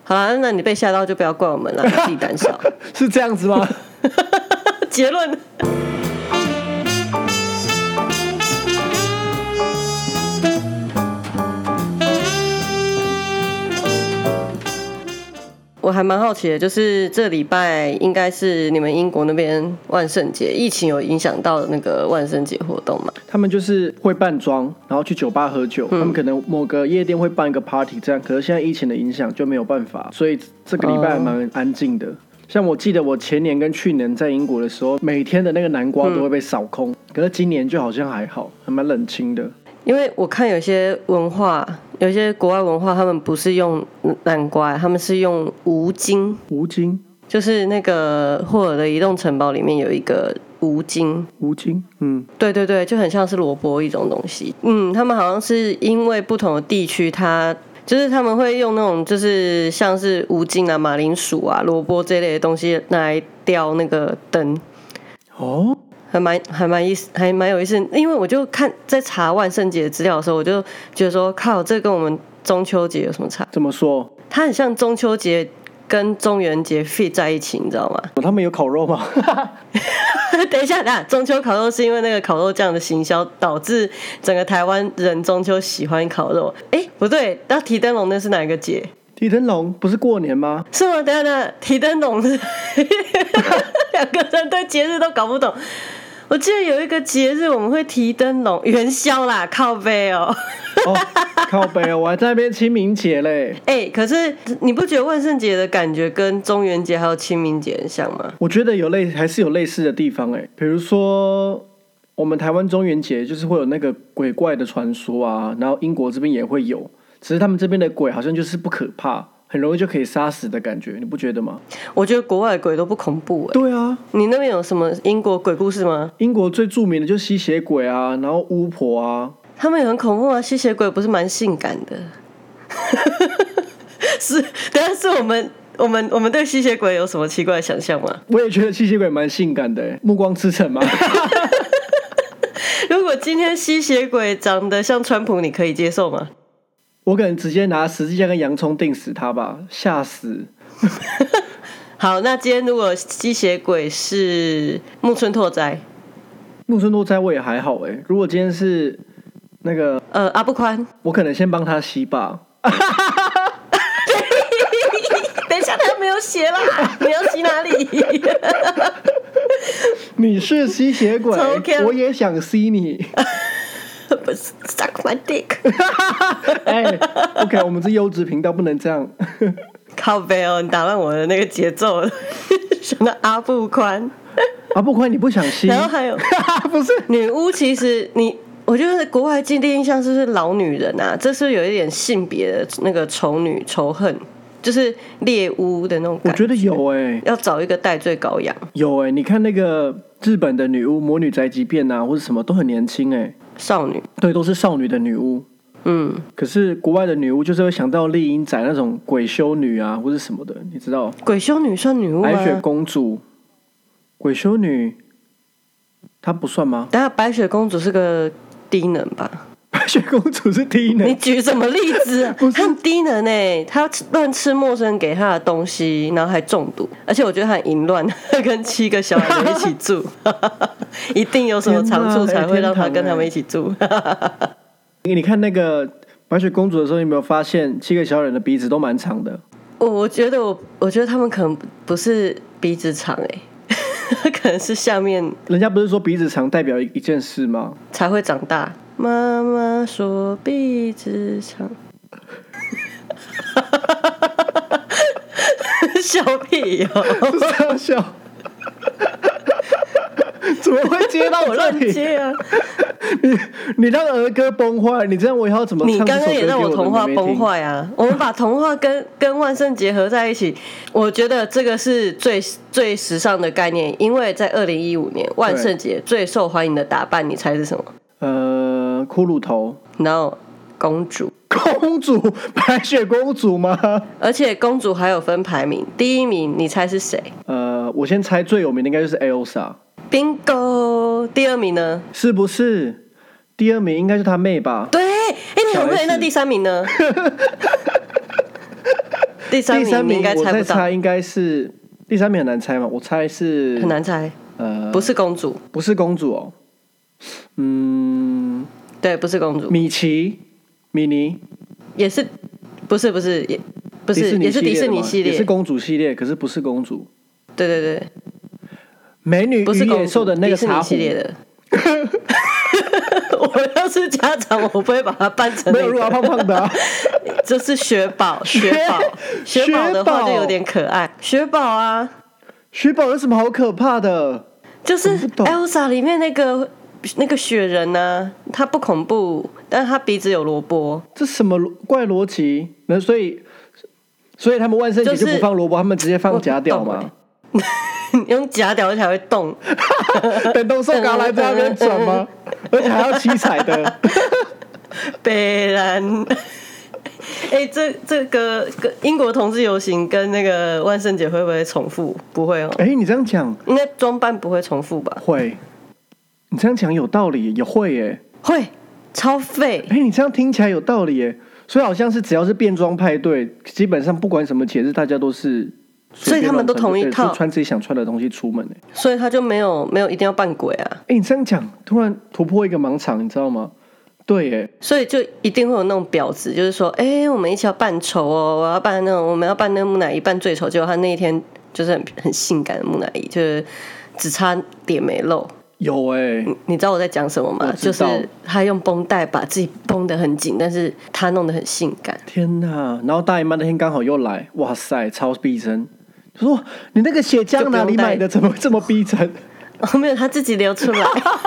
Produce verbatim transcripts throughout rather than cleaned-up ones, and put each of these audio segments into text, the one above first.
好啦，那你被吓到就不要怪我们了，你自己胆小。 是这样子吗？ 结论。我还蛮好奇的，就是这礼拜应该是你们英国那边万圣节，疫情有影响到那个万圣节活动吗？ 他们就是会扮装，然后去酒吧喝酒、嗯、他们可能某个夜店会办一个 party 这样，可是现在疫情的影响就没有办法，所以这个礼拜还蛮安静的、哦、像我记得我前年跟去年在英国的时候，每天的那个南瓜都会被扫空、嗯、可是今年就好像还好，还蛮冷清的。 因为我看有些文化，有些国外文化，他们不是用南瓜，他们是用吴京。 吴京就是那个霍尔的移动城堡里面有一个吴京。 吴京，嗯， 对对对，就很像是萝卜一种东西。嗯，他们好像是因为不同的地区，它就是他们会用那种就是像是吴京啊、马铃薯啊、萝卜这类的东西来吊那个灯。 哦。 还蛮还蛮意思，还蛮有意思。因为我就看在查万圣节的资料的时候，我就觉得说，靠，这跟我们中秋节有什么差？ 怎么说？ 它很像中秋节跟中元节 fit 在一起，你知道吗？ 他们有烤肉吗？ 等一下，等一下，中秋烤肉是因为那个烤肉酱的行销导致整个台湾人中秋喜欢烤肉。哎，不对，那提灯笼那是哪一个节？ 提灯笼不是过年吗？ 是吗？等一下，等一下，提灯笼是两个人对节日都搞不懂。我记得有一个节日我们会提灯笼，元宵啦，靠北哦。 哦，靠北哦，我还在那边清明节嘞。 哎、欸，可是你不觉得万圣节的感觉跟中元节还有清明节很像吗？ 我觉得有类，还是有类似的地方哎。比如说，我们台湾中元节就是会有那个鬼怪的传说啊，然后英国这边也会有，只是他们这边的鬼好像就是不可怕。很容易就可以杀死的感觉，你不觉得吗？ 我觉得国外的鬼都不恐怖哎。 对啊， 你那边有什么英国鬼故事吗？ 英国最著名的就是吸血鬼啊，然后巫婆啊。 他们也很恐怖啊，吸血鬼不是蛮性感的？是，等下是我们我们我们对吸血鬼有什么奇怪的想象吗？ 我也觉得吸血鬼蛮性感的，暮光之城嘛。 如果今天吸血鬼长得像川普，你可以接受吗？ 我可能直接拿十字架跟洋葱钉死他吧，吓死。 好，那今天如果吸血鬼是木村拓哉， 木村拓哉我也还好哎。如果今天是那个呃阿布宽， 我可能先帮他吸吧。 等一下，他没有写啦，你要吸哪里？ 你是吸血鬼，我也想吸你。 不是 suck my dick。 哎、欸、，OK， 我们是优质频道，不能这样。 靠北哦，你打乱我的那个节奏了。想到阿布宽， 阿布宽你不想吸？ 然后还有不是女巫，其实你我觉得国外既定印象是不是老女人啊？这是有一点性别的那个仇女仇恨，就是猎巫的那种感觉。 我觉得有哎、欸， 要找一个代罪羔羊。 有哎、欸，你看那个日本的女巫魔女宅急便啊，或者什么都很年轻哎、欸。 少女， 对，都是少女的女巫。嗯，可是国外的女巫就是会想到丽英仔那种鬼修女啊，或是什么的，你知道？ 鬼修女算女巫吗？ 白雪公主，鬼修女，她不算吗？ 等下，白雪公主是个低能吧？ 白雪公主是低能？ 你举什么例子啊？她很低能哎、欸，她乱吃陌生人给她的东西，然后还中毒，而且我觉得她很淫乱，她跟七个小孩一起住，一定有什么长处才会让她跟他们一起住。 你看那个白雪公主的时候，你有没有发现七个小人的鼻子都蛮长的？ 我我觉得我我觉得他们可能不是鼻子长哎、欸，可能是下面。 人家不是说鼻子长代表一件事吗？ 才会长大。妈妈说鼻子长。笑屁哦！ 不是要笑。怎么会接到我乱接啊？ 你你让儿歌崩坏，你这样我以后怎么唱这首歌给我的妹妹听？ 你刚刚也让我童话崩坏啊！我们把童话跟跟万圣节合在一起，我觉得这个是最最时尚的概念，因为在二零一五年万圣节最受欢迎的打扮，你猜是什么？ 呃，骷髅头。 然后公主。 公主，白雪公主吗？ 而且公主还有分排名，第一名你猜是谁？ 呃，我先猜最有名的应该就是 Elsa。Bingo， 第二名呢？ 是不是？第二名应该是她妹吧？ 对，哎，你很会。那第三名呢？ 第三名你应该猜不到。 我在猜应该是第三名很难猜嘛？我猜是很难猜。呃，不是公主， 不是公主哦。嗯， 对，不是公主。 米奇、米妮也是，不是不是也不是，也是迪士尼系列， 也是公主系列，可是不是公主。 对对对， 美女与野兽的那个茶壶系列的。我要是家长，我不会把它扮成、那個、 没有，如果胖胖的、啊， 这是雪宝，雪宝，雪宝的话就有点可爱。雪宝啊， 雪宝有什么好可怕的？ 就是 Elsa 里面那个那个雪人呢、啊，他不恐怖，但是他鼻子有萝卜。 这什么怪逻辑？那所以，所以他们万圣节就不放萝卜，就是、他们直接放假屌吗？ 用假屌才会动， 等动手嘎来在那边转吗？而且还要七彩的， 北兰。哎、欸，这这个英国同志游行跟那个万圣节会不会重复？不会哦。 哎、欸，你这样讲， 应该装扮不会重复吧？ 会。你这样讲有道理，也会耶。 会，超废。 哎、欸，你这样听起来有道理耶。所以好像是只要是变装派对，基本上不管什么节日，大家都是。 所以他们都同一套， 就穿自己想穿的东西出门。 所以他就没有没有一定要扮鬼啊。 哎、欸，你这样讲，突然突破一个盲场，你知道吗？对耶， 所以就一定会有那种婊子，就是说，哎、欸，我们一起要扮丑哦，我要扮那种，我们要扮那个木乃伊，扮最丑。结果他那一天就是很很性感的木乃伊，就是只差点没露。 有哎、 欸，你知道我在讲什么吗？就是他用绷带把自己绷得很紧，但是他弄得很性感。 天哪！然后大姨妈那天刚好又来，哇塞，超逼真。说你那个血浆哪里买的？怎么这么逼真？ 哦，没有，他自己流出来。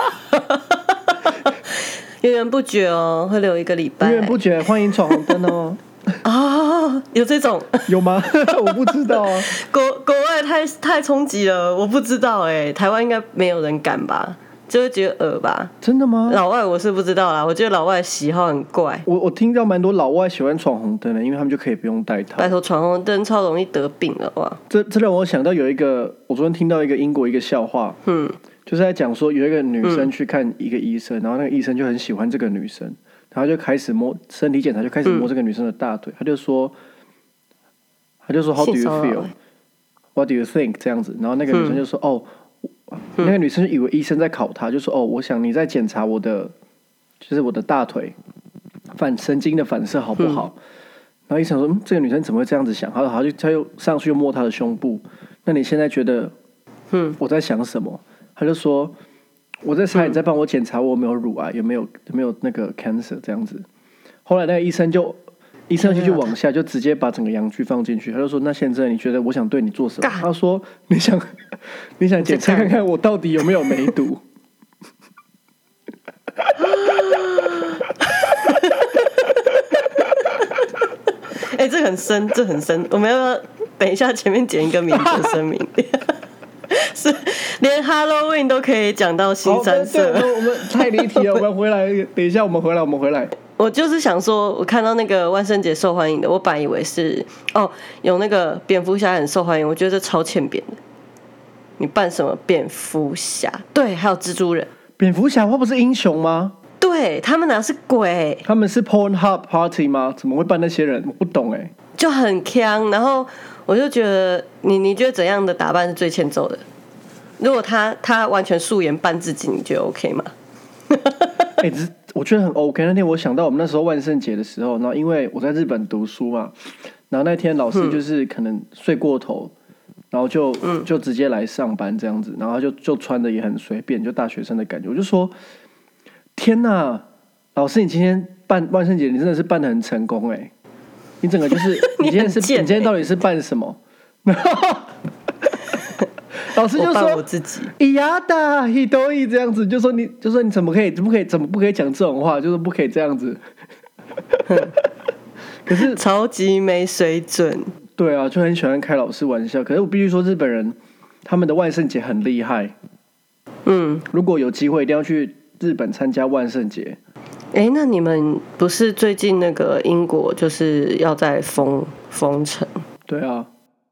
源源不绝哦，会留一个礼拜。 源源不绝，欢迎闯红灯哦。 啊、哦，有这种有吗？我不知道啊。 国国外太太冲击了，我不知道哎、欸，台湾应该没有人敢吧？就会觉得恶吧？ 真的吗？ 老外我是不知道啦，我觉得老外喜好很怪。 我我听到蛮多老外喜欢闯红灯的，因为他们就可以不用戴套。 拜托，闯红灯超容易得病了哇！ 这这让我想到有一个，我昨天听到一个英国一个笑话，嗯，就是在讲说有一个女生去看一个医生，嗯、然后那个医生就很喜欢这个女生，然后就开始摸身体检查，就开始摸这个女生的大腿，嗯、他就说，他就说 How do you feel? What do you think? 这样子，然后那个女生就说、嗯、哦。那个女生就以为医生在考她，就说：“哦，我想你在检查我的，就是我的大腿反神经的反射好不好？”嗯、然后医生说：“嗯，这个女生怎么会这样子想？”他他就他又上去又摸她的胸部。那你现在觉得，嗯，我在想什么？他就说：“我在猜你在帮我检查我有没有乳癌，有没有有没有那个 cancer 这样子。”后来那个医生就。医生就去往下，就直接把整个阳具放进去。他就说：“那现在你觉得我想对你做什么？”他说：“你想，你想检查看看我到底有没有梅毒。” 哎、欸，这很深，这很深。我们要不要等一下前面剪一个免责声明？是连 Halloween 都可以讲到新三色。 我们太离题了，我们回来。等一下，我们回来，我们回来。 我就是想说，我看到那个万圣节受欢迎的，我本来以为是哦，有那个蝙蝠侠很受欢迎，我觉得这超欠扁的。你扮什么蝙蝠侠？对，还有蜘蛛人。 蝙蝠侠他不是英雄吗？ 对，他们哪是鬼？ 他们是 Pornhub Party 吗？怎么会扮那些人？我不懂哎、欸， 就很呛。然后我就觉得，你你觉得怎样的打扮是最欠揍的？如果他他完全素颜扮自己，你觉得 OK 吗？ 哎、欸，我觉得很 OK。那天我想到我们那时候万圣节的时候，然后因为我在日本读书嘛，然后那天老师就是可能睡过头，嗯、然后就就直接来上班这样子，然后就就穿的也很随便，就大学生的感觉。我就说：天哪，老师，你今天办万圣节，你真的是办得很成功哎、欸！你整个就是你今天是你, 欸、你今天到底是办什么？老师就说：“ 我自己， 咿呀哒，一都一这样子，就说你，就说你怎么可以，怎么可以，怎么不可以讲这种话？就是不可以这样子。可是超级没水准。 对啊，就很喜欢开老师玩笑。可是我必须说，日本人他们的万圣节很厉害。嗯，如果有机会，一定要去日本参加万圣节。 哎、欸，那你们不是最近那个英国就是要在封封城？ 对啊。”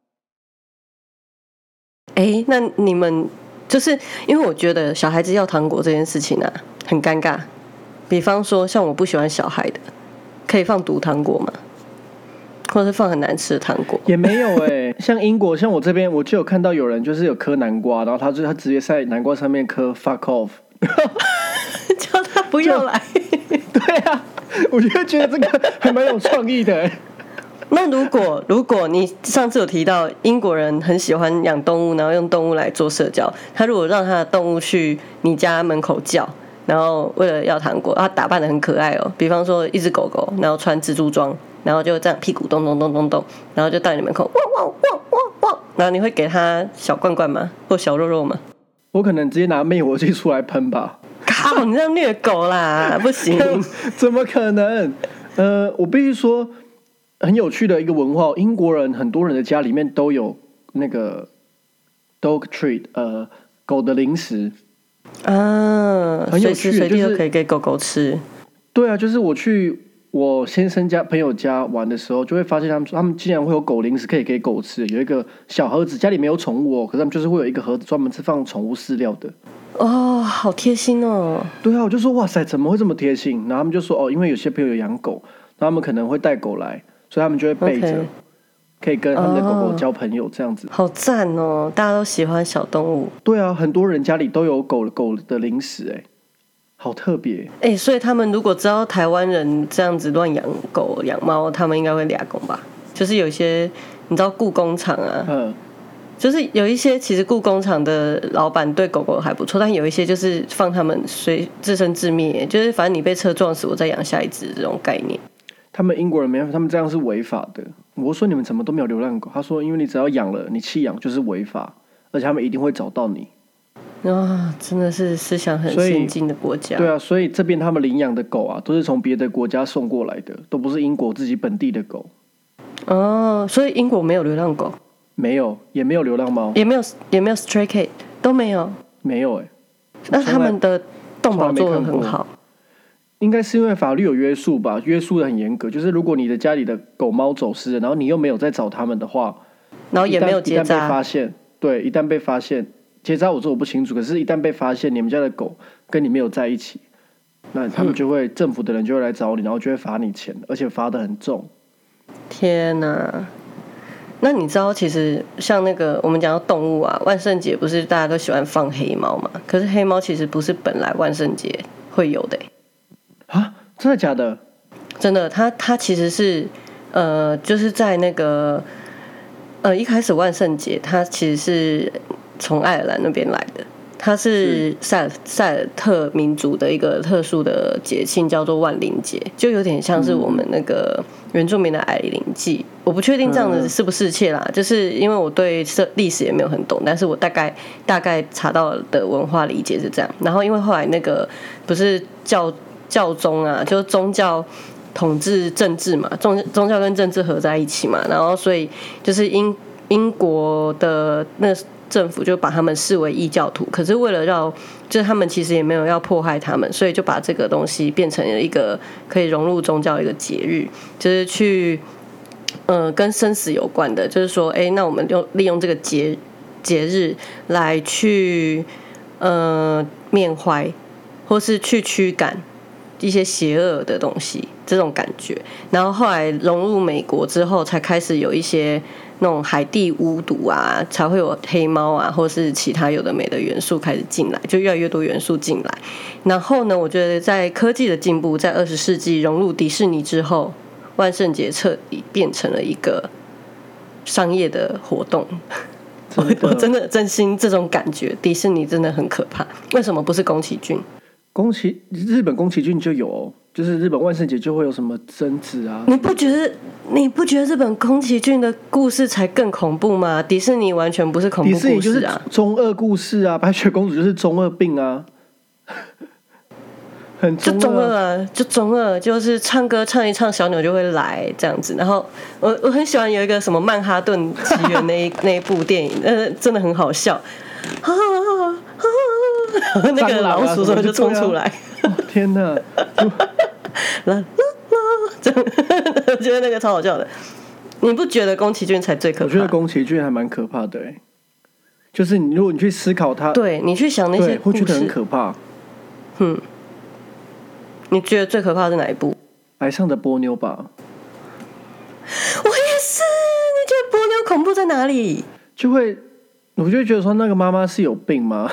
哎，那你们就是因为我觉得小孩子要糖果这件事情啊，很尴尬。比方说，像我不喜欢小孩的，可以放毒糖果吗？ 或者是放很难吃的糖果。 也没有哎、欸，像英国，像我这边，我就有看到有人就是有嗑南瓜，然后他就他直接在南瓜上面嗑 fuck off， 叫他不要来。 对啊，我就觉得这个还蛮有创意的、欸。 那如果如果你上次有提到英国人很喜欢养动物，然后用动物来做社交，他如果让他的动物去你家门口叫，然后为了要糖果，他打扮得很可爱哦，比方说一只狗狗，然后穿蜘蛛装，然后就这样屁股咚咚咚咚咚，然后就到你门口汪汪汪汪汪，然后你会给他小罐罐吗？或小肉肉吗？ 我可能直接拿灭火器出来喷吧。 靠，你这样虐狗啦，不行。 怎么可能？呃，我必须说。很有趣的一个文化，英国人很多人的家里面都有那个 dog treat， 呃，狗的零食啊， 很有趣， 随时随地都可以给狗狗吃。 对啊，就是我去我先生家朋友家玩的时候，就会发现他们他们竟然会有狗零食可以给狗吃，有一个小盒子，家里没有宠物哦，可是他们就是会有一个盒子专门是放宠物饲料的。 哦，好贴心哦。 对啊，我就说哇塞，怎么会这么贴心？然后他们就说哦，因为有些朋友有养狗，然后他们可能会带狗来。所以他们就会备着， okay. 可以跟他们的狗狗交朋友，这样子、 哦、好赞哦！大家都喜欢小动物。 对啊，很多人家里都有狗狗的零食，哎，好特别。 哎，所以他们如果知道台湾人这样子乱养狗养猫，他们应该会俩拱吧？就是有一些你知道故宫厂啊，嗯，就是有一些其实故宫厂的老板对狗狗还不错，但有一些就是放他们随自生自灭，就是反正你被车撞死，我再养下一只这种概念。 他们英国人没办法，他们这样是违法的。我说你们怎么都没有流浪狗？他说因为你只要养了，你弃养就是违法，而且他们一定会找到你。 啊，真的是思想很先进的国家。 对啊，所以这边他们领养的狗啊，都是从别的国家送过来的，都不是英国自己本地的狗。 哦，所以英国没有流浪狗？ 没有，也没有流浪猫， 也没有，也没有 stray cat， 都没有。 没有哎、欸， 那他们的动保做得很好。 应该是因为法律有约束吧，约束的很严格。就是如果你的家里的狗猫走失了，然后你又没有再找他们的话， 然后也没有结扎， 一旦被发现，对，一旦被发现结扎，我说我不清楚。可是，一旦被发现你们家的狗跟你没有在一起，那他们就会、嗯、政府的人就会来找你，然后就会罚你钱，而且罚得很重。 天哪！那你知道，其实像那个我们讲到动物啊，万圣节不是大家都喜欢放黑猫嘛？可是黑猫其实不是本来万圣节会有的、欸。 啊，真的假的？ 真的，它它其实是呃，就是在那个呃一开始万圣节，它其实是从爱尔兰那边来的，它是塞尔塞尔特民族的一个特殊的节庆，叫做万灵节，就有点像是我们那个原住民的矮灵祭。我不确定这样子是不是切啦，嗯、就是因为我对历史也没有很懂，但是我大概大概查到的文化理解是这样。然后因为后来那个不是教教宗啊，就是宗教统治政治嘛，宗宗教跟政治合在一起嘛，然后所以就是英英国的那政府就把他们视为异教徒，可是为了让就是他们其实也没有要迫害他们，所以就把这个东西变成了一个可以融入宗教的一个节日，就是去呃跟生死有关的，就是说，哎，那我们用利用这个节节日来去呃缅怀，或是去驱赶一些邪恶的东西，这种感觉。然后后来融入美国之后，才开始有一些那种海地巫毒啊，才会有黑猫啊，或是其他有的没的元素开始进来，就越来越多元素进来。然后呢，我觉得在科技的进步，在二十世纪融入迪士尼之后，万圣节彻底变成了一个商业的活动。我我真的真心这种感觉，迪士尼真的很可怕。为什么不是宫崎骏？ 宫崎日本宫崎骏就有、哦，就是日本万圣节就会有什么贞子啊。 你不觉得你不觉得日本宫崎骏的故事才更恐怖吗？迪士尼完全不是恐怖故事啊， 迪士尼就是中二故事啊，白雪公主就是中二病啊，很中二就中二啊，就中二，就是唱歌唱一唱，小鸟就会来这样子。然后我我很喜欢有一个什么曼哈顿奇缘那一那一部电影，呃，真的很好笑。啊那个老鼠什么就冲出来， 哦、天哪！ 啦啦啦，这样我觉得那个超好笑的。你不觉得宫崎骏才最可怕？ 我觉得宫崎骏还蛮可怕的、欸，就是你如果你去思考他， 对你去想那些故事， 会觉得很可怕。 嗯，你觉得最可怕的是哪一部？ 崖上的波妞吧。 我也恐怖在哪里？ 就会，我就会觉得说那个妈妈是有病吗？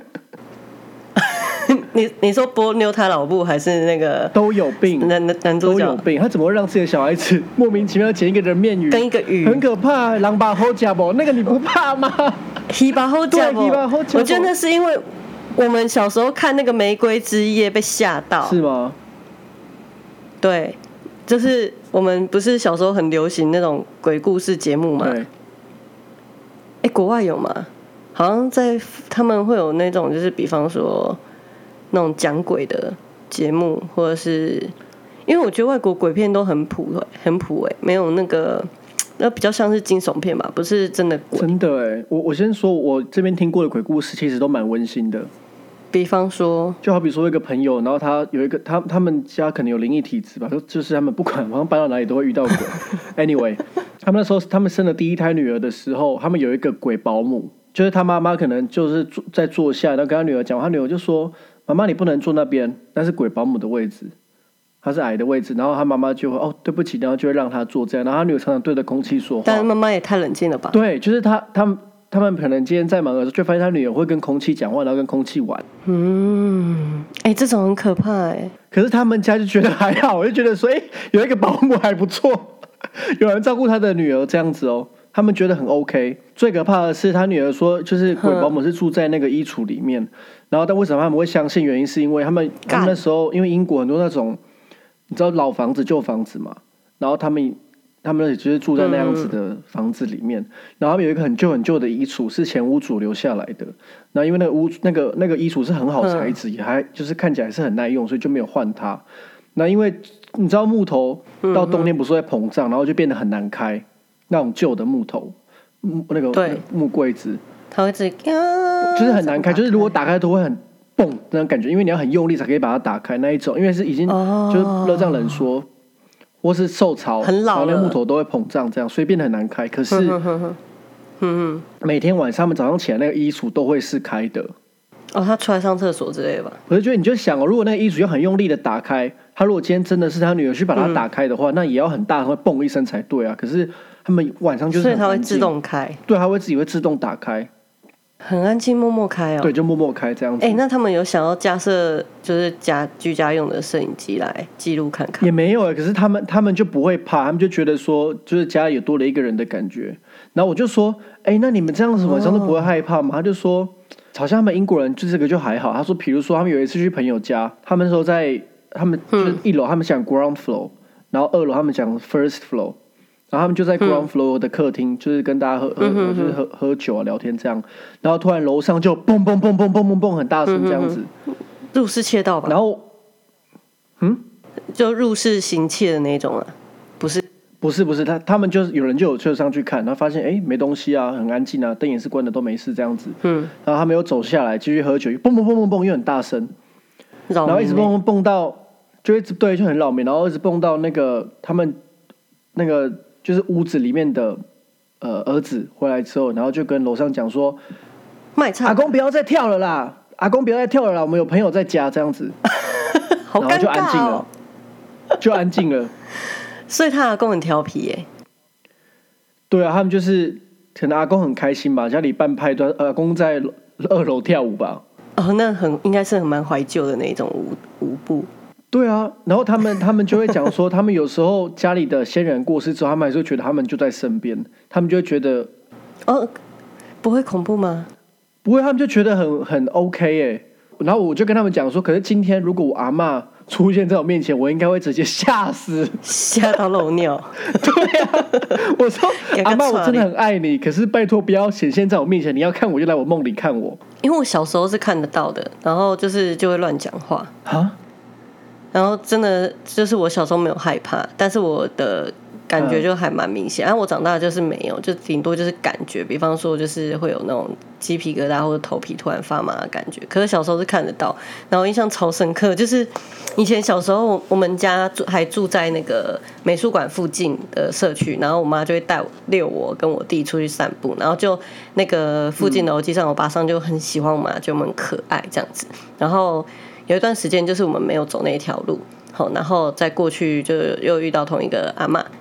你你说波妞他老布还是那个都有病， 男男主角都有病，他怎么会让自己的小孩子莫名其妙捡一个人面鱼， 跟一个鱼， 很可怕。狼把猴夹不，那个你不怕吗？ 鱼把猴夹不， 对，鱼把猴夹不。 我觉得那是因为我们小时候看那个《玫瑰之夜》被吓到， 是吗？ 对，就是我们不是小时候很流行那种鬼故事节目嘛？ 对。 哎，国外有吗？好像在他们会有那种，就是比方说那种讲鬼的节目，或者是因为我觉得外国鬼片都很普很普哎，没有那个那比较像是惊悚片吧，不是真的鬼。 真的哎，我我先说，我这边听过的鬼故事其实都蛮温馨的。 比方说， 就好比说一个朋友，然后他有一个他他们家可能有灵异体质吧，就是他们不管好像搬到哪里都会遇到鬼。Anyway， 他们那时候他们生了第一胎女儿的时候，他们有一个鬼保姆，就是他妈妈可能就是在坐下，然后跟他女儿讲，他女儿就说：“妈妈，你不能坐那边，那是鬼保姆的位置，他是矮的位置。”然后他妈妈就会哦对不起，然后就会让他坐这样，然后他女儿常常对着空气说话。 但是妈妈也太冷静了吧？ 对，就是他他们。他们可能今天在忙的时候，就发现他女儿会跟空气讲话，然后跟空气玩。 嗯，哎、欸，这种很可怕哎、欸。 可是他们家就觉得还好，我就觉得说，哎、欸，有一个保姆还不错，有人照顾他的女儿这样子哦，他们觉得很 OK。最可怕的是，他女儿说，就是鬼保姆是住在那个衣橱里面，然后但为什么他们会相信？原因是因为他们他们那时候，因为英国很多那种你知道老房子、旧房子嘛，然后他们。他们就是住在那样子的房子里面，嗯、然后他们有一个很旧很旧的衣橱，是前屋主留下来的。然后因为那个屋那个那个衣橱是很好材质，嗯、也还就是看起来是很耐用，所以就没有换它。那因为你知道木头到冬天不是会膨胀，然后就变得很难开，那种旧的木头木那个木柜子， 它会自己就是很难开，就是如果打开都会很蹦那种感觉，因为你要很用力才可以把它打开那一种，因为是已经、哦、就是热胀冷缩。或是受潮， 很老了， 然后那木头都会膨胀，这样所以变得很难开。可是，每天晚上他们早上起来，那个衣橱都会是开的。 哦，他出来上厕所之类的吧？ 我就觉得，你就想哦，如果那个衣橱要很用力的打开，他如果今天真的是他女儿去把它打开的话，嗯、那也要很大，会嘣一声才对啊。可是他们晚上就是很安静， 所以它会自动开， 对，它会自己会自动打开。 很安静，默默开哦。 对，就默默开这样子。 哎、欸，那他们有想要架设就是家居家用的摄影机来记录看看？ 也没有哎，可是他们他们就不会怕，他们就觉得说，就是家里有多了一个人的感觉。然后我就说，哎、欸，那你们这样子晚上都不会害怕吗？哦、他就说，好像他们英国人就这个就还好。他说，比如说他们有一次去朋友家，他们说在他们就是一楼，他们讲 ground floor，、嗯、然后二楼他们讲 first floor。然后他们就在 ground floor 的客厅，嗯、就是跟大家喝喝，嗯、就是喝喝酒啊、聊天这样。然后突然楼上就蹦蹦蹦蹦蹦蹦蹦很大声这样子， 嗯、入室窃盗吧？ 然后，嗯， 就入室行窃的那种啊？不是， 不是，不是，他他们就是有人就有就上去看，然后发现哎没东西啊，很安静啊，灯也是关的，都没事这样子。嗯，然后他们又走下来继续喝酒，蹦蹦蹦蹦蹦又很大声，然后一直蹦蹦蹦到就一直对就很扰民，然后一直蹦到那个他们那个。就是屋子里面的呃儿子回来之后，然后就跟楼上讲说：“ 卖菜， 阿公不要再跳了啦，阿公不要再跳了啦，我们有朋友在家这样子。” 好尴尬哦， 然后就安静了，就安静了。 所以他阿公很调皮耶。 对啊，他们就是可能阿公很开心吧，家里办派对，阿公在二楼跳舞吧。 哦，那很应该是很蛮怀旧的那种舞舞步。 对啊，然后他们他们就会讲说，他们有时候家里的先人过世之后，他们还是会觉得他们就在身边，他们就会觉得， 哦，不会恐怖吗？ 不会，他们就觉得很很 OK 哎。然后我就跟他们讲说，可是今天如果我阿嬷出现在我面前，我应该会直接吓死， 吓到漏尿。 对啊，我说阿嬷，我真的很爱你，可是拜托不要显现在我面前，你要看我就来我梦里看我。 因为我小时候是看得到的，然后就是就会乱讲话啊。 然后真的就是我小时候没有害怕，但是我的感觉就还蛮明显。然、嗯、后、啊、我长大就是没有，就顶多就是感觉，比方说就是会有那种鸡皮疙瘩或者头皮突然发麻的感觉。可是小时候是看得到，然后印象超深刻，就是以前小时候我们家住还住在那个美术馆附近的社区，然后我妈就会带遛我跟我弟出去散步，然后就那个附近的楼梯上，我爸上就很喜欢我妈，就很可爱这样子，然后。有一段时间就是我们没有走那条路，好，然后再过去就又遇到同一个阿嬷，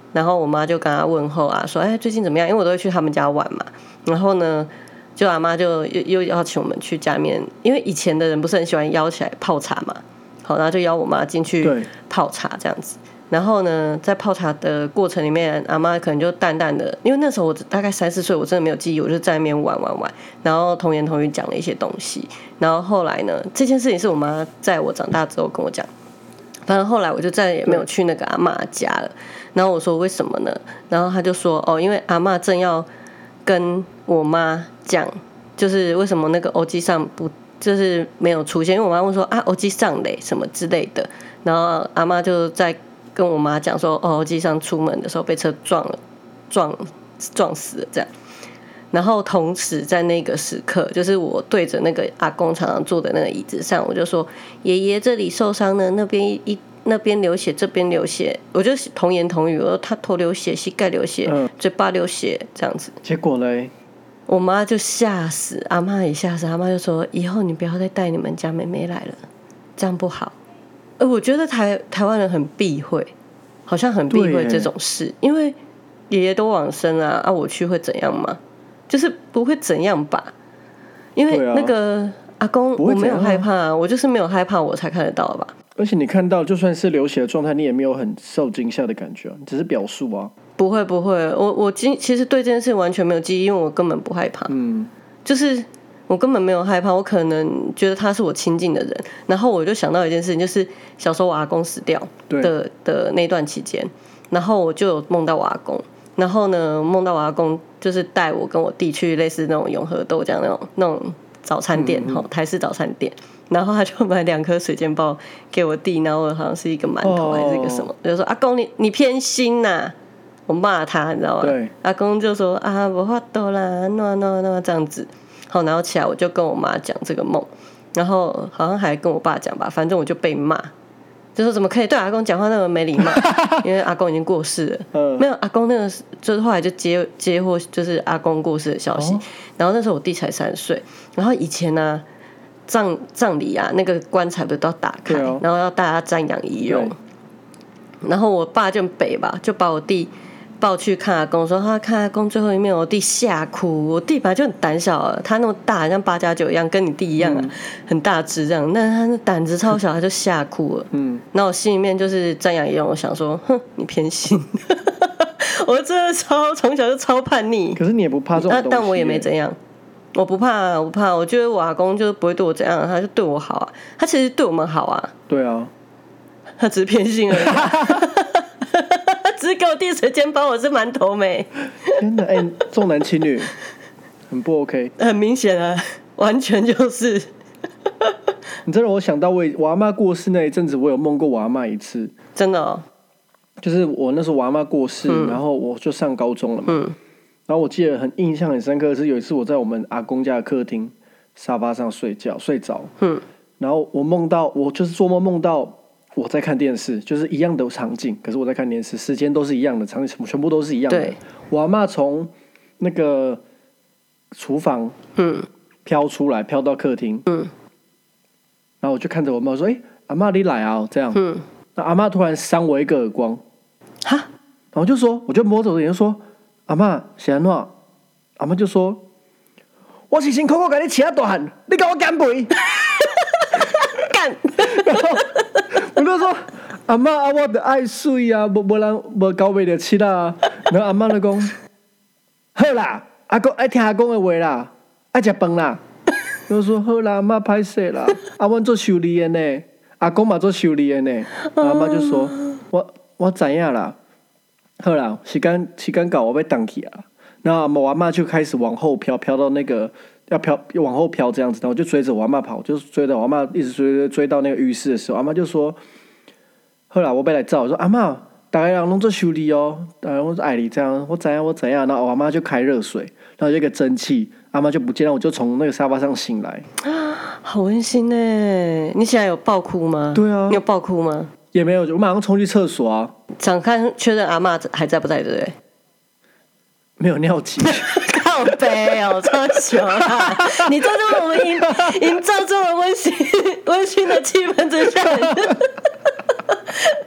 然后我妈就跟他问候啊，说哎最近怎么样？因为我都会去他们家玩嘛。然后呢，就阿妈就又又邀请我们去家里面，因为以前的人不是很喜欢邀起来泡茶嘛，好，然后就邀我妈进去泡茶这样子。然后呢，在泡茶的过程里面，阿妈可能就淡淡的，因为那时候我大概三四岁，我真的没有记忆，我就在那边玩玩玩，然后童言童语讲了一些东西。然后后来呢，这件事情是我妈在我长大之后跟我讲。反正后来我就再也没有去那个阿嬷家了。然后我说为什么呢？然后他就说哦，因为阿嬷正要跟我妈讲，就是为什么那个欧基上不就是没有出现？因为我妈问说啊，欧基上嘞什么之类的。然后阿嬷就在跟我妈讲说，哦，欧基上出门的时候被车撞了，撞撞死了这样。然后同时在那个时刻，就是我对着那个阿公常常坐的那个椅子上，我就说爷爷这里受伤了，那边一那边流血，这边流血，我就童言童语，我说他头流血，膝盖流血，嗯、嘴巴流血这样子。 结果嘞， 我妈就吓死，阿嬷也吓死，阿嬷就说以后你不要再带你们家妹妹来了，这样不好。呃，我觉得台台湾人很避讳，好像很避讳这种事，因为爷爷都往生啊，啊我去会怎样吗？就是不会怎样吧，因为那个阿公我没有害怕、啊，我就是没有害怕，我才看得到吧。 而且你看到就算是流血的状态，你也没有很受惊吓的感觉、啊，你只是表述啊。 不会不会，我我其实对这件事完全没有记忆，因为我根本不害怕。嗯，就是我根本没有害怕，我可能觉得他是我亲近的人，然后我就想到一件事情，就是小时候我阿公死掉的的那段期间，然后我就有梦到我阿公。然后呢，梦到我阿公就是带我跟我弟去类似那种永和豆浆那种那种早餐店，嗯、台式早餐店。然后他就买两颗水煎包给我弟，然后好像是一个馒头还是一个什么，哦、就说阿公你你偏心呐、啊，我骂他，你知道吗？ 对， 阿公就说啊，没法度啦，那那那这样子。好，然后起来我就跟我妈讲这个梦，然后好像还跟我爸讲吧，反正我就被骂。就说怎么可以对阿公讲话那么没礼貌？因为阿公已经过世了，嗯、没有阿公那个，就是后来就接接获就是阿公过世的消息。哦、然后那时候我弟才三岁，然后以前呢、啊、葬葬礼啊，那个棺材不是都要打开，哦、然后要大家瞻仰遗容。然后我爸就很北吧，就把我弟抱去看阿公，说他看阿公最后一面，我弟吓哭。我弟本来就很胆小了，他那么大，像八加九一样，跟你弟一样啊，嗯、很大只这样。但他那胆子超小，他就吓哭了。嗯，那我心里面就是瞻仰遗容，我想说，哼，你偏心。我真的超从小就超叛逆。 可是你也不怕这种东西、欸？ 但我也没怎样，我不怕、啊，我不怕。我觉得我阿公就不会对我怎样，他就对我好啊。他其实对我们好啊。 对啊， 他只是偏心而已。只给我递水煎包，我是馒头妹。 天哪，哎、欸，重男轻女，很不 OK。 很明显啊，完全就是。 你真的，我想到我我阿嬷过世那一阵子，我有梦过我阿嬷一次。 真的哦。 就是我那时候我阿嬷过世、嗯，然后我就上高中了嘛。嗯。然后我记得很印象很深刻的是，有一次我在我们阿公家的客厅沙发上睡觉睡着。嗯。然后我梦到，我就是做梦梦到。我在看电视，就是一样的场景，可是我在看电视，时间都是一样的，场景全部都是一样的。我阿嬷从那个厨房嗯飘出来，飘到客厅嗯，然后我就看着我妈说：“哎、欸，阿嬷你来啊！”这样，嗯，那阿嬷突然扇我一个耳光，哈，然后我就说，我就摸着我眼说：“阿嬷是安怎？”阿嬷就说：“我是辛苦苦给你饲大汉，你给我减肥。” 干， 然后。我就说阿嬷啊，我的爱水啊，无无人无交袂着吃啦。然后阿嬷就讲，好啦，阿公爱听阿公的话啦，爱食饭啦。我说好啦，阿嬷歹势啦，啊，阮做修理的呢，阿公嘛做修理的呢。阿嬷就说，我我知影啦，好啦，时间时间到，我要回去啊。然后我阿嬷就开始往后飘，飘到那个。要飘往后飘这样子，然后我就追着我阿嬷跑，就是追着我阿嬷一直追追到那个浴室的时候，阿嬷就说：“后来我被来照，我说阿嬷，大家人拢做修理哦，大家拢做爱你这样，我怎样我怎样。”然后我阿嬷就开热水，然后就一个蒸汽，阿嬷就不见了，我就从那个沙发上醒来， 好温馨哎！你现在有爆哭吗？ 对啊， 你有爆哭吗？ 也没有，我马上冲去厕所啊， 想看确认阿嬷还在不在，对不对？ 没有尿急。 好悲哦，超穷啊！你在这我们营营造这么温馨温馨的气氛之下，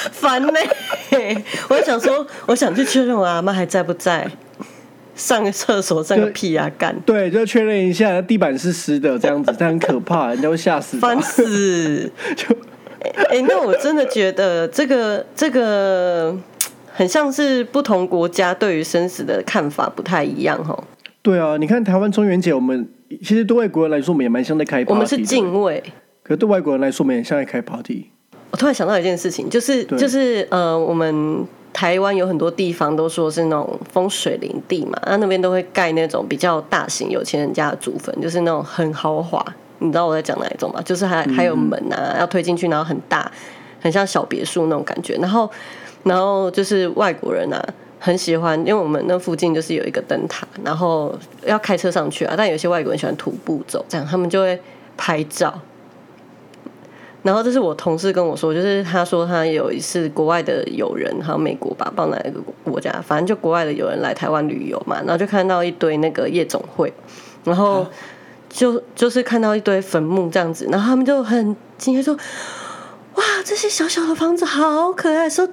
烦呢、欸。我想说，我想去确认我阿妈还在不在。上个厕所上个屁啊干！ 对，就确认一下地板是湿的，这样子，这样很可怕，人家会吓死。 烦死！就哎、欸，那我真的觉得这个这个很像是不同国家对于生死的看法不太一样哈。 对啊，你看台湾中元节，我们其实对外国人来说，我们也蛮像在开 party 的。 我们是敬畏， 可是对外国人来说，我们也像在开 party。 我突然想到一件事情，就是就是呃，我们台湾有很多地方都说是那种风水林地嘛，那那边都会盖那种比较大型有钱人家的祖坟，就是那种很豪华。你知道我在讲哪一种吗？就是还还有门啊，嗯、要推进去，然后很大，很像小别墅那种感觉。然后，然后就是外国人啊，很喜欢，因为我们那附近就是有一个灯塔，然后要开车上去啊。但有些外国人喜欢徒步走，这样他们就会拍照。然后这是我同事跟我说，就是他说他有一次国外的友人，还有美国吧，不知道哪一个国家，反正就国外的友人来台湾旅游嘛，然后就看到一堆那个夜总会，然后就就是看到一堆坟墓这样子，然后他们就很惊讶说：“哇，这些小小的房子好可爱 ，so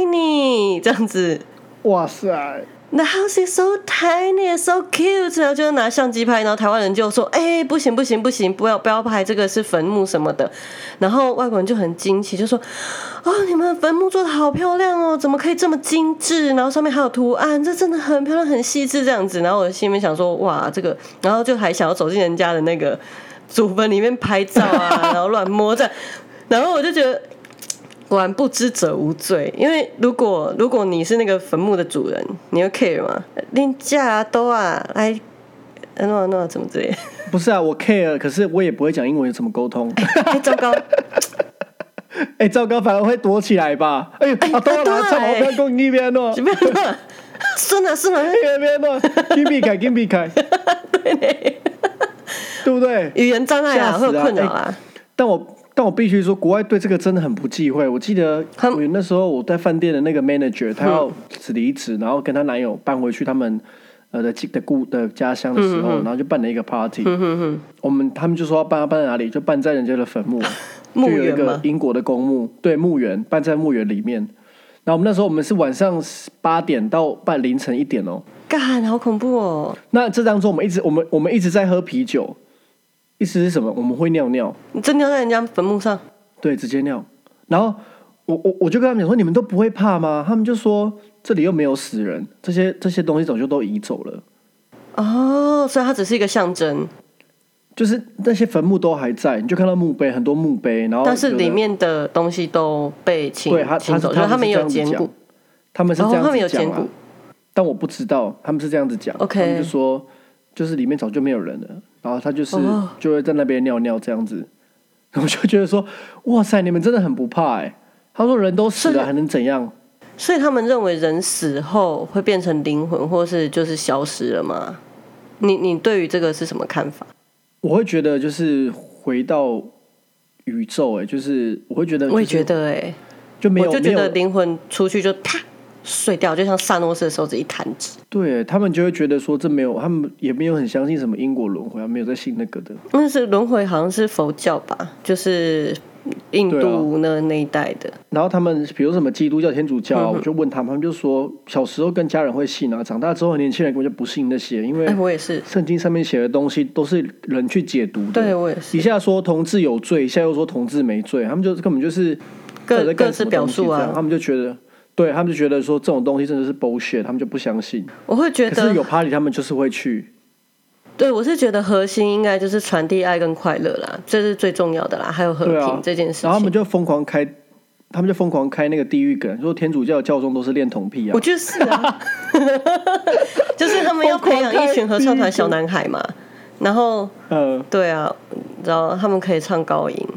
tiny 这样子。” 哇塞！ The house is so tiny, so cute， 然后就拿相机拍，然后台湾人就说：“哎、欸，不行不行不行，不要不要拍，这个是坟墓什么的。”然后外国人就很惊奇，就说：“哦，你们坟墓做的好漂亮哦，怎么可以这么精致？然后上面还有图案，这真的很漂亮，很细致这样子。”然后我心里面想说：“哇，这个……”然后就还想要走进人家的那个祖坟里面拍照啊，然后乱摸这样，然后我就觉得。果然不知者无罪，因为如果如果你是那个坟墓的主人，你会 care 吗？恁家都啊来，那那怎么之类？ 不是啊，我 care， 可是我也不会讲英文，怎么沟通？ 哎、欸，糟糕！ 哎、欸，糟糕，反而会躲起来吧？哎、欸，啊，都来唱好，不要讲那边哦， 这边哦，算了算了， 那边哦，紧避开，紧避开， 对嘞， 对不对？ 语言障碍啊，会有困扰啊、 欸。但我。但我必须说，国外对这个真的很不忌讳。我记得我那时候我在饭店的那个 manager， 他要离职，然后跟他男友搬回去他们呃的的故的家乡的时候，嗯、然后就办了一个 party。嗯、哼哼我们他们就说要办，要办在哪里？就办在人家的坟墓， 墓就有一个英国的公墓，对，墓园办在墓园里面。然后我们那时候我们是晚上八点到半凌晨一点哦， 干，好恐怖哦！ 那这当中我们一直我们我们一直在喝啤酒。意思是什么？我们会尿尿， 你真尿在人家坟墓上？ 对，直接尿。然后我我我就跟他们讲说，你们都不会怕吗？他们就说这里又没有死人，这些这些东西早就都移走了。 哦，所以它只是一个象征， 就是那些坟墓都还在，你就看到墓碑，很多墓碑，然后但是里面的东西都被清对他清走， 他他们有捡骨， 他们是这样子讲、啊哦， 他们有捡骨， 但我不知道他们是这样子讲。 OK， 他们就说就是里面早就没有人了。然后他就是就会在那边尿尿这样子，然后我就觉得说，哇塞，你们真的很不怕哎、欸。他说人都死了还能怎样？ 所以他们认为人死后会变成灵魂，或是就是消失了吗？你你对于这个是什么看法？ 我会觉得就是回到宇宙哎、欸，就是我会觉得、就是， 我也觉得哎、欸， 就没有， 我就觉得灵魂出去就啪。碎掉，就像萨诺斯的手指一弹指。 对他们就会觉得说这没有，他们也没有很相信什么因果轮回，他没有在信那个的。 那是轮回，好像是佛教吧，就是印度那那一带的。 啊、然后他们比如什么基督教、天主教、啊嗯， 我就问他们，他们就说小时候跟家人会信啊，长大之后年轻人根本就不信那些，因为我也是， 圣经上面写的东西都是人去解读的。 对我也是， 一下说同志有罪，一下又说同志没罪，他们就根本就是各各自表述啊， 他们就觉得。对他们就觉得说这种东西真的是 bullshit， 他们就不相信。 我会觉得， 可是有 party 他们就是会去。 对，我是觉得核心应该就是传递爱跟快乐啦，这是最重要的啦，还有和平这件事情。 然后他们就疯狂开，他们就疯狂开那个地狱梗，说天主教教宗都是恋童癖啊。 我觉得是啊，就是他们要培养一群合唱团小男孩嘛，然后，嗯，对啊，然后他们可以唱高音。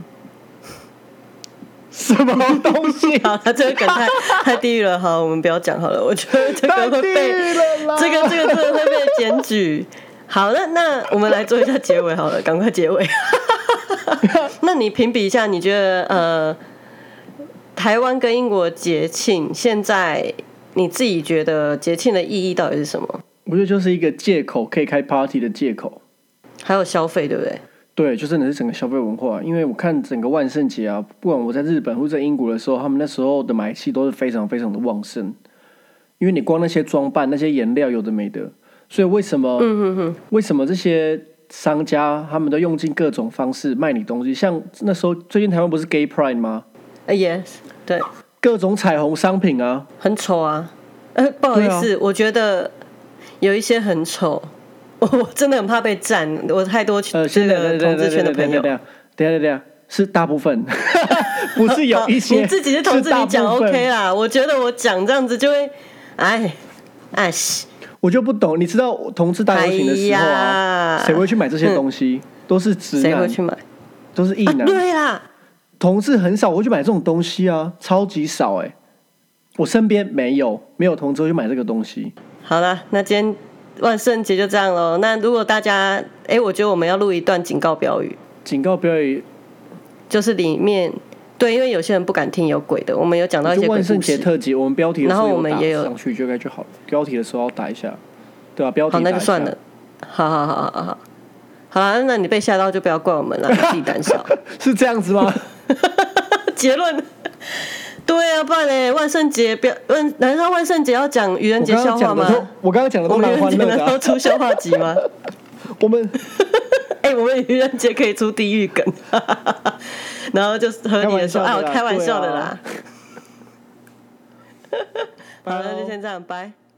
什么东西？ 好，这个梗太太地狱了，好，我们不要讲好了。我觉得这个会被这个这个真的会被检举。好，那那我们来做一下结尾好了，赶快结尾。那你评比一下，你觉得呃，台湾跟英国节庆，现在你自己觉得节庆的意义到底是什么？ 我觉得就是一个借口，可以开 party 的借口， 还有消费，对不对？ 对，就真的是整个消费文化。因为我看整个万圣节啊，不管我在日本或者在英国的时候，他们那时候的买气都是非常非常的旺盛。因为你光那些装扮、那些颜料有的没的，所以为什么？嗯哼哼，为什么这些商家他们都用尽各种方式卖你东西？像那时候最近台湾不是 Gay Pride 吗？ 呃、uh, ，yes， 对， 各种彩虹商品啊， 很丑啊。呃，不好意思，啊、我觉得有一些很丑。我真的很怕被占，我太多呃这个同志圈的朋友。 等一下等一下，是大部分，不是有一些。 你自己是同志，你讲 OK 啦。我觉得我讲这样子就会，哎哎， 我就不懂。你知道同志大游行的时候啊，谁、哎、会去买这些东西？嗯、都是直男， 谁会去买？ 都是异男。 啊、对啦， 同志很少会去买这种东西啊，超级少哎、欸。我身边没有没有同志会去买这个东西。 好了，那今天。万圣节就这样咯。那如果大家，哎，我觉得我们要录一段警告标语。 警告标语就是里面，对，因为有些人不敢听有鬼的，我们有讲到一些鬼故事。 万圣节特辑，我们标题的时候然后我们也有上去就该就好了。标题的时候要打一下，对吧、啊？标题打一下。 好，那就算了。好好好好好好。好了，那你被吓到就不要怪我们了，你自己胆小。 是这样子吗？ 结论。对啊，不然呢？万圣节不要万，难道万圣节要讲愚人节笑话吗？ 我刚刚讲的都蛮欢乐的、啊。 我们愚人节难道出笑话集吗？ 我们， 哎、欸，我们愚人节可以出地狱梗，然后就是和你的说啊，我开玩笑的啦。好了，就先这样，拜。